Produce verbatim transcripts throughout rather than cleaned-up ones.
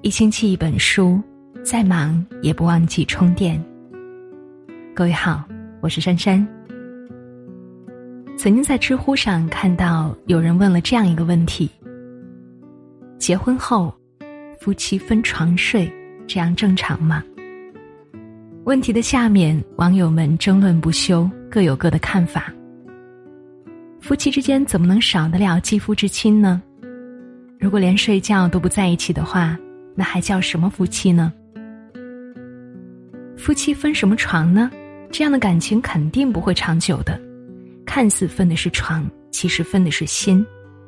一星期一本书，再忙也不忘记充电。各位好，我是珊珊。曾经在知乎上看到有人问了这样一个问题：结婚后夫妻分床睡，这样正常吗？问题的下面网友们争论不休，各有各的看法。夫妻之间怎么能少得了肌肤之亲呢？如果连睡觉都不在一起的话，那还叫什么夫妻呢？夫妻分什么床呢？这样的感情肯定不会长久的。看似分的是床，其实分的是心。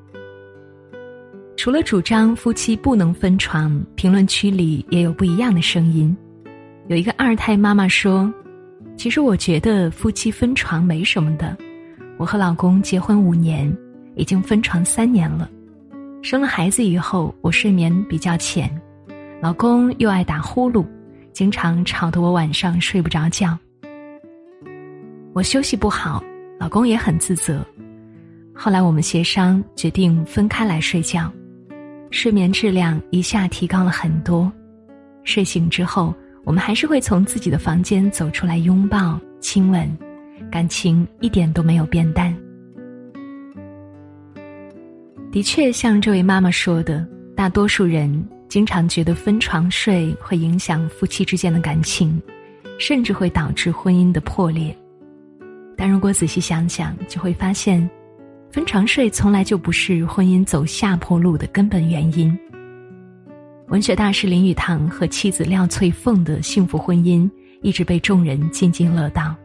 除了主张夫妻不能分床，评论区里也有不一样的声音。有一个二胎妈妈说，其实我觉得夫妻分床没什么的，我和老公结婚五年，已经分床三年了。生了孩子以后，我睡眠比较浅，老公又爱打呼噜，经常吵得我晚上睡不着觉。我休息不好，老公也很自责。后来我们协商决定分开来睡觉，睡眠质量一下提高了很多。睡醒之后，我们还是会从自己的房间走出来拥抱亲吻，感情一点都没有变淡。的确像这位妈妈说的，大多数人经常觉得分床睡会影响夫妻之间的感情，甚至会导致婚姻的破裂。但如果仔细想想，就会发现分床睡从来就不是婚姻走下坡路的根本原因。文学大师林语堂和妻子廖翠凤的幸福婚姻一直被众人津津乐道。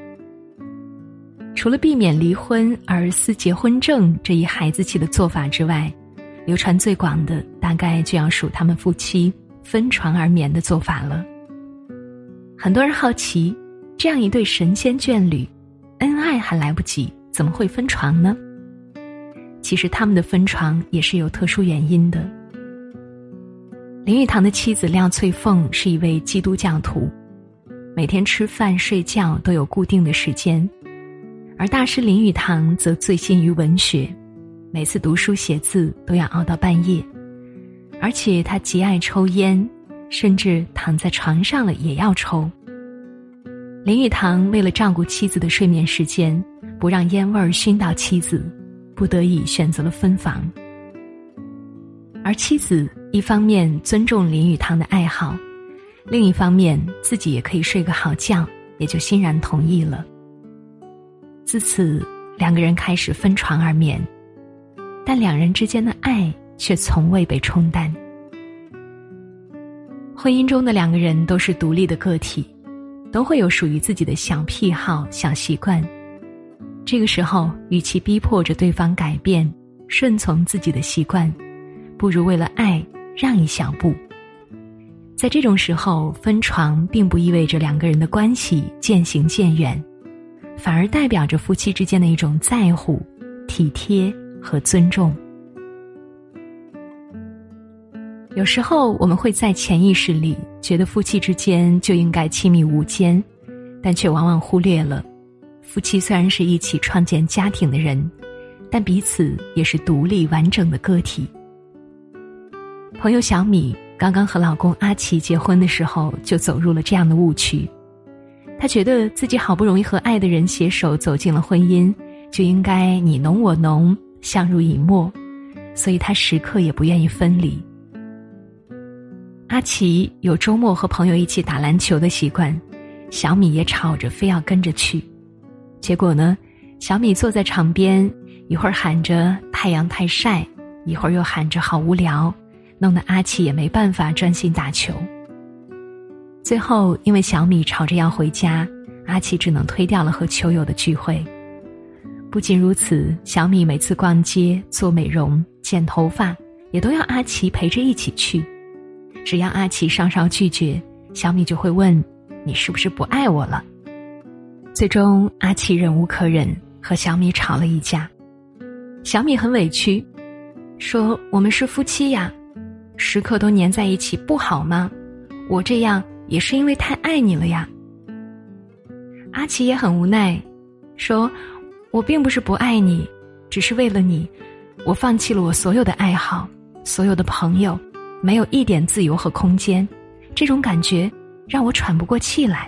除了避免离婚而撕结婚证这一孩子气的做法之外，流传最广的大概就要数他们夫妻分床而眠的做法了。很多人好奇，这样一对神仙眷侣，恩爱还来不及，怎么会分床呢？其实他们的分床也是有特殊原因的。林语堂的妻子廖翠凤是一位基督教徒，每天吃饭睡觉都有固定的时间，而大师林语堂则醉心于文学，每次读书写字都要熬到半夜，而且他极爱抽烟，甚至躺在床上了也要抽。林语堂为了照顾妻子的睡眠时间，不让烟味熏到妻子，不得已选择了分房。而妻子一方面尊重林语堂的爱好，另一方面自己也可以睡个好觉，也就欣然同意了。自此两个人开始分床而眠，但两人之间的爱却从未被冲淡。婚姻中的两个人都是独立的个体，都会有属于自己的小癖好、小习惯。这个时候与其逼迫着对方改变，顺从自己的习惯，不如为了爱让一小步。在这种时候，分床并不意味着两个人的关系渐行渐远，反而代表着夫妻之间的一种在乎、体贴和尊重。有时候我们会在潜意识里觉得夫妻之间就应该亲密无间，但却往往忽略了，夫妻虽然是一起创建家庭的人，但彼此也是独立完整的个体。朋友小米刚刚和老公阿奇结婚的时候，就走入了这样的误区。她觉得自己好不容易和爱的人携手走进了婚姻，就应该你侬我侬，相濡以沫，所以她时刻也不愿意分离。阿奇有周末和朋友一起打篮球的习惯，小米也吵着非要跟着去。结果呢，小米坐在场边，一会儿喊着太阳太晒，一会儿又喊着好无聊，弄得阿奇也没办法专心打球。最后因为小米吵着要回家，阿奇只能推掉了和球友的聚会。不仅如此，小米每次逛街、做美容、剪头发，也都要阿奇陪着一起去。只要阿奇稍稍拒绝，小米就会问，你是不是不爱我了？最终阿奇忍无可忍，和小米吵了一架。小米很委屈，说我们是夫妻呀，时刻都黏在一起不好吗？我这样也是因为太爱你了呀。阿奇也很无奈，说我并不是不爱你，只是为了你，我放弃了我所有的爱好，所有的朋友， 没有一点自由和空间，这种感觉让我喘不过气来。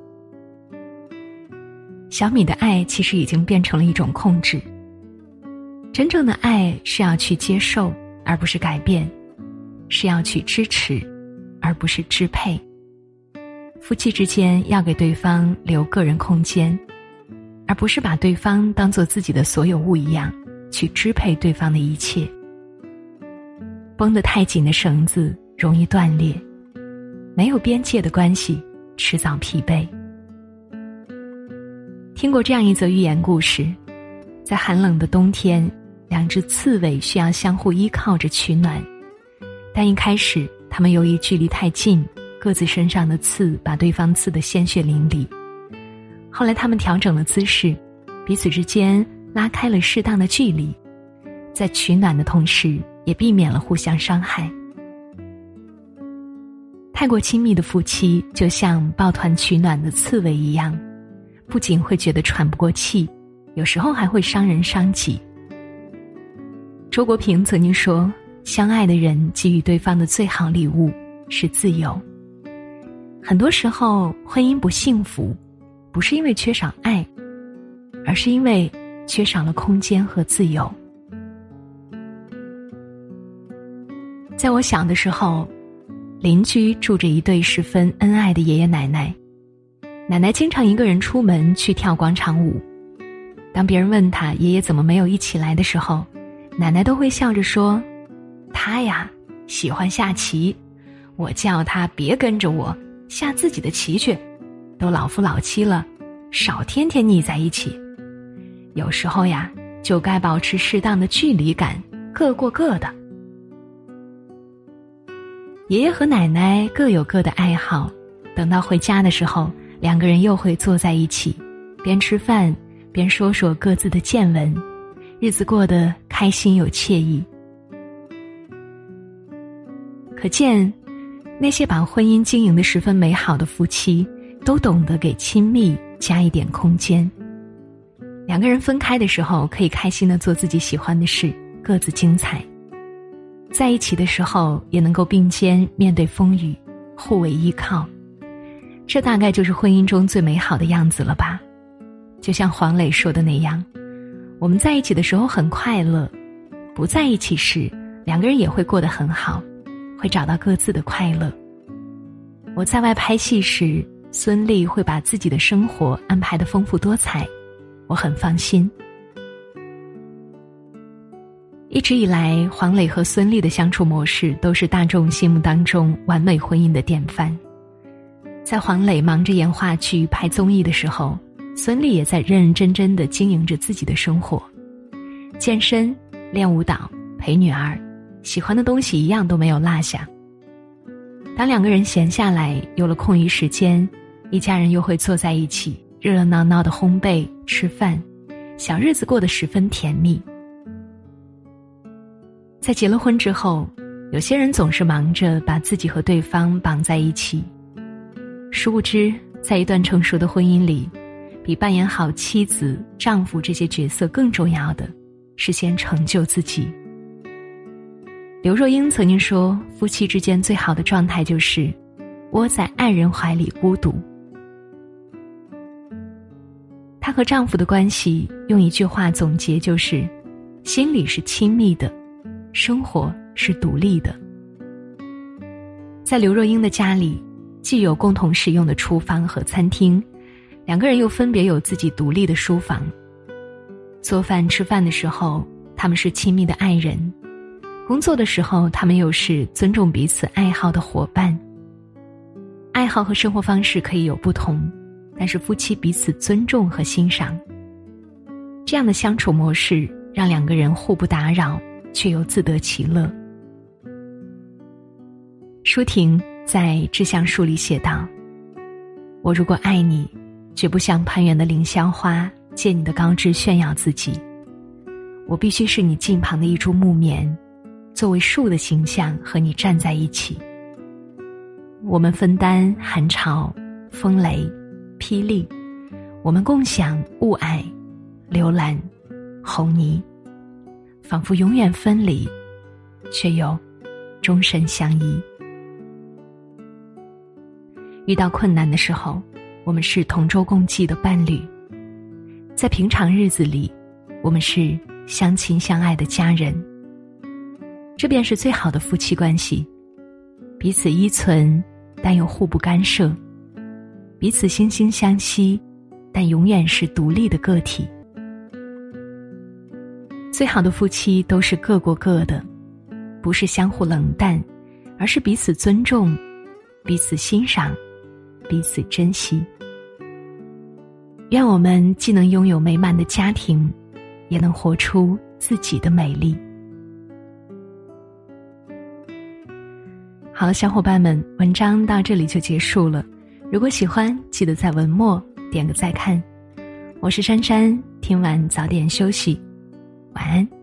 小米的爱其实已经变成了一种控制。真正的爱是要去接受，而不是改变，是要去支持，而不是支配。夫妻之间要给对方留个人空间，而不是把对方当作自己的所有物一样去支配对方的一切。绷得太紧的绳子容易断裂，没有边界的关系迟早疲惫。听过这样一则寓言故事，在寒冷的冬天，两只刺猬需要相互依靠着取暖，但一开始它们由于距离太近，各自身上的刺把对方刺得鲜血淋漓。后来它们调整了姿势，彼此之间拉开了适当的距离，在取暖的同时也避免了互相伤害。太过亲密的夫妻就像抱团取暖的刺猬一样，不仅会觉得喘不过气，有时候还会伤人伤己。周国平曾经说，相爱的人给予对方的最好礼物是自由。很多时候婚姻不幸福，不是因为缺少爱，而是因为缺少了空间和自由。在我小的时候，邻居住着一对十分恩爱的爷爷奶奶。奶奶经常一个人出门去跳广场舞，当别人问她爷爷怎么没有一起来的时候，奶奶都会笑着说，他呀喜欢下棋，我叫他别跟着我下自己的棋去，都老夫老妻了，少天天腻在一起。有时候呀就该保持适当的距离感，各过各的。爷爷和奶奶各有各的爱好，等到回家的时候，两个人又会坐在一起，边吃饭边说说各自的见闻，日子过得开心又惬意。可见那些把婚姻经营得十分美好的夫妻，都懂得给亲密加一点空间。两个人分开的时候，可以开心地做自己喜欢的事，各自精彩。在一起的时候，也能够并肩面对风雨，互为依靠。这大概就是婚姻中最美好的样子了吧。就像黄磊说的那样，我们在一起的时候很快乐，不在一起时，两个人也会过得很好，会找到各自的快乐。我在外拍戏时，孙俪会把自己的生活安排得丰富多彩，我很放心。一直以来，黄磊和孙俪的相处模式都是大众心目当中完美婚姻的典范。在黄磊忙着演话剧、拍综艺的时候，孙俪也在认认真真地经营着自己的生活，健身、练舞蹈、陪女儿，喜欢的东西一样都没有落下。当两个人闲下来，有了空余时间，一家人又会坐在一起，热热闹闹的烘焙、吃饭，小日子过得十分甜蜜。在结了婚之后，有些人总是忙着把自己和对方绑在一起，殊不知在一段成熟的婚姻里，比扮演好妻子、丈夫这些角色更重要的是先成就自己。刘若英曾经说，夫妻之间最好的状态就是窝在爱人怀里孤独。她和丈夫的关系用一句话总结，就是心里是亲密的，生活是独立的。在刘若英的家里，既有共同使用的厨房和餐厅，两个人又分别有自己独立的书房。做饭吃饭的时候，他们是亲密的爱人；工作的时候，他们又是尊重彼此爱好的伙伴。爱好和生活方式可以有不同，但是夫妻彼此尊重和欣赏。这样的相处模式让两个人互不打扰，却又自得其乐。舒婷在《致橡树》里写道，我如果爱你，绝不像攀援的凌霄花，借你的高枝炫耀自己。我必须是你近旁的一株木棉，作为树的形象和你站在一起。我们分担寒潮、风雷、霹雳，我们共享雾霭、流岚、红泥，仿佛永远分离，却又终身相依。遇到困难的时候，我们是同舟共济的伴侣；在平常日子里，我们是相亲相爱的家人。这便是最好的夫妻关系，彼此依存，但又互不干涉；彼此惺惺相惜，但永远是独立的个体。最好的夫妻都是各过各的，不是相互冷淡，而是彼此尊重，彼此欣赏，彼此珍惜。愿我们既能拥有美满的家庭，也能活出自己的美丽。好了，小伙伴们，文章到这里就结束了。如果喜欢，记得在文末点个再看。我是珊珊，听完早点休息，晚安。